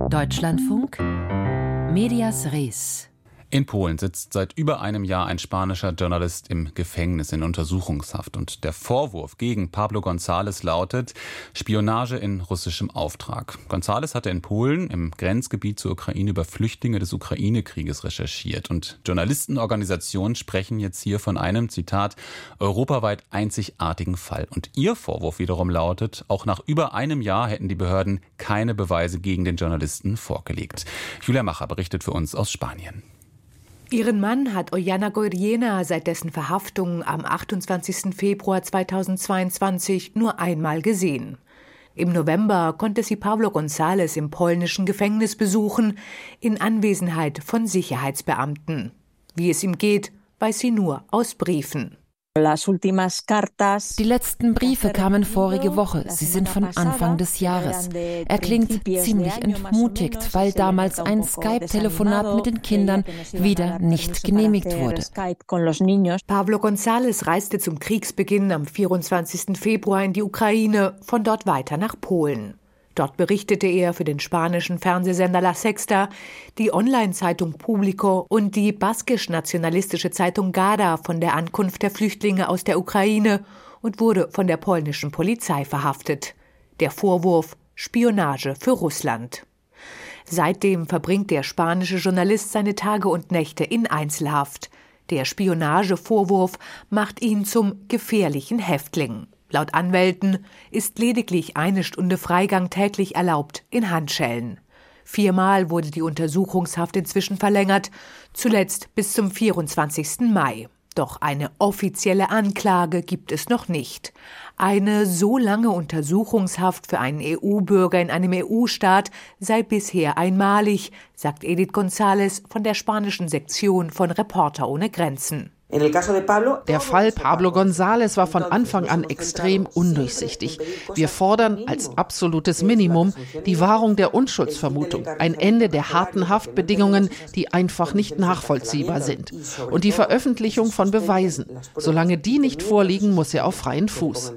Deutschlandfunk Medias Res. In Polen sitzt seit über einem Jahr ein spanischer Journalist im Gefängnis in Untersuchungshaft. Und der Vorwurf gegen Pablo González lautet Spionage in russischem Auftrag. González hatte in Polen im Grenzgebiet zur Ukraine über Flüchtlinge des Ukraine-Krieges recherchiert. Und Journalistenorganisationen sprechen jetzt hier von einem, Zitat, europaweit einzigartigen Fall. Und ihr Vorwurf wiederum lautet, auch nach über einem Jahr hätten die Behörden keine Beweise gegen den Journalisten vorgelegt. Julia Macher berichtet für uns aus Spanien. Ihren Mann hat Oihana Goiriena seit dessen Verhaftung am 28. Februar 2022 nur einmal gesehen. Im November konnte sie Pablo González im polnischen Gefängnis besuchen, in Anwesenheit von Sicherheitsbeamten. Wie es ihm geht, weiß sie nur aus Briefen. Die letzten Briefe kamen vorige Woche. Sie sind von Anfang des Jahres. Er klingt ziemlich entmutigt, weil damals ein Skype-Telefonat mit den Kindern wieder nicht genehmigt wurde. Pablo González reiste zum Kriegsbeginn am 24. Februar in die Ukraine, von dort weiter nach Polen. Dort berichtete er für den spanischen Fernsehsender La Sexta, die Online-Zeitung Público und die baskisch-nationalistische Zeitung Gada von der Ankunft der Flüchtlinge aus der Ukraine und wurde von der polnischen Polizei verhaftet. Der Vorwurf: Spionage für Russland. Seitdem verbringt der spanische Journalist seine Tage und Nächte in Einzelhaft. Der Spionagevorwurf macht ihn zum gefährlichen Häftling. Laut Anwälten ist lediglich 1 Stunde Freigang täglich erlaubt in Handschellen. 4-mal wurde die Untersuchungshaft inzwischen verlängert, zuletzt bis zum 24. Mai. Doch eine offizielle Anklage gibt es noch nicht. Eine so lange Untersuchungshaft für einen EU-Bürger in einem EU-Staat sei bisher einmalig, sagt Edith González von der spanischen Sektion von Reporter ohne Grenzen. Der Fall Pablo González war von Anfang an extrem undurchsichtig. Wir fordern als absolutes Minimum die Wahrung der Unschuldsvermutung, ein Ende der harten Haftbedingungen, die einfach nicht nachvollziehbar sind, und die Veröffentlichung von Beweisen. Solange die nicht vorliegen, muss er auf freien Fuß.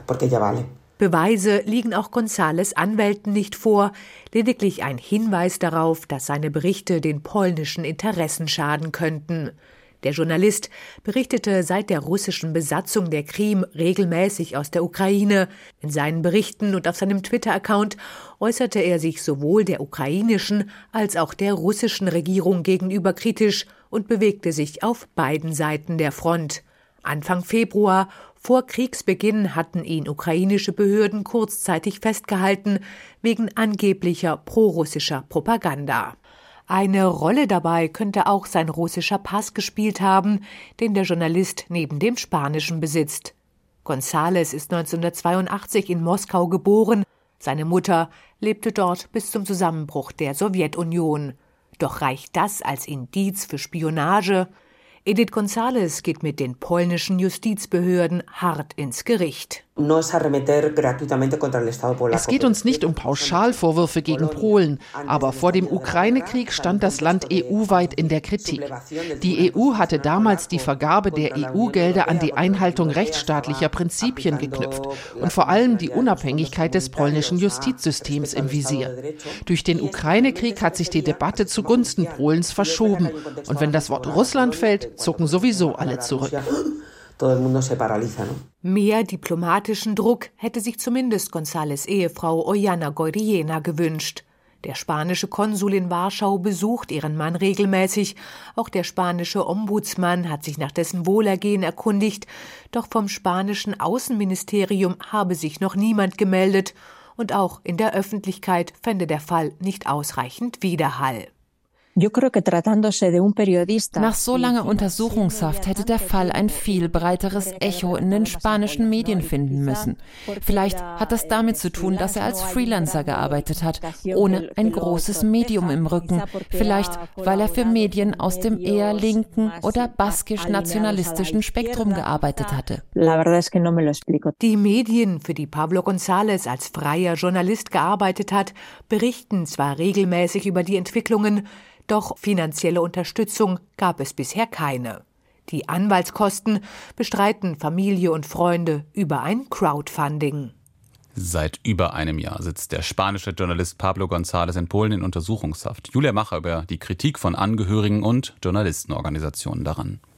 Beweise liegen auch González Anwälten nicht vor, lediglich ein Hinweis darauf, dass seine Berichte den polnischen Interessen schaden könnten. Der Journalist berichtete seit der russischen Besatzung der Krim regelmäßig aus der Ukraine. In seinen Berichten und auf seinem Twitter-Account äußerte er sich sowohl der ukrainischen als auch der russischen Regierung gegenüber kritisch und bewegte sich auf beiden Seiten der Front. Anfang Februar, vor Kriegsbeginn, hatten ihn ukrainische Behörden kurzzeitig festgehalten wegen angeblicher prorussischer Propaganda. Eine Rolle dabei könnte auch sein russischer Pass gespielt haben, den der Journalist neben dem spanischen besitzt. González ist 1982 in Moskau geboren. Seine Mutter lebte dort bis zum Zusammenbruch der Sowjetunion. Doch reicht das als Indiz für Spionage? Edith González geht mit den polnischen Justizbehörden hart ins Gericht. Es geht uns nicht um Pauschalvorwürfe gegen Polen, aber vor dem Ukraine-Krieg stand das Land EU-weit in der Kritik. Die EU hatte damals die Vergabe der EU-Gelder an die Einhaltung rechtsstaatlicher Prinzipien geknüpft und vor allem die Unabhängigkeit des polnischen Justizsystems im Visier. Durch den Ukraine-Krieg hat sich die Debatte zugunsten Polens verschoben und wenn das Wort Russland fällt, zucken sowieso alle zurück. Mehr diplomatischen Druck hätte sich zumindest González' Ehefrau Oihana Goiriena gewünscht. Der spanische Konsul in Warschau besucht ihren Mann regelmäßig. Auch der spanische Ombudsmann hat sich nach dessen Wohlergehen erkundigt. Doch vom spanischen Außenministerium habe sich noch niemand gemeldet. Und auch in der Öffentlichkeit fände der Fall nicht ausreichend Widerhall. Nach so langer Untersuchungshaft hätte der Fall ein viel breiteres Echo in den spanischen Medien finden müssen. Vielleicht hat das damit zu tun, dass er als Freelancer gearbeitet hat, ohne ein großes Medium im Rücken. Vielleicht, weil er für Medien aus dem eher linken oder baskisch-nationalistischen Spektrum gearbeitet hatte. Die Medien, für die Pablo González als freier Journalist gearbeitet hat, berichten zwar regelmäßig über die Entwicklungen, doch finanzielle Unterstützung gab es bisher keine. Die Anwaltskosten bestreiten Familie und Freunde über ein Crowdfunding. Seit über einem Jahr sitzt der spanische Journalist Pablo González in Polen in Untersuchungshaft. Julia Macher über die Kritik von Angehörigen und Journalistenorganisationen daran.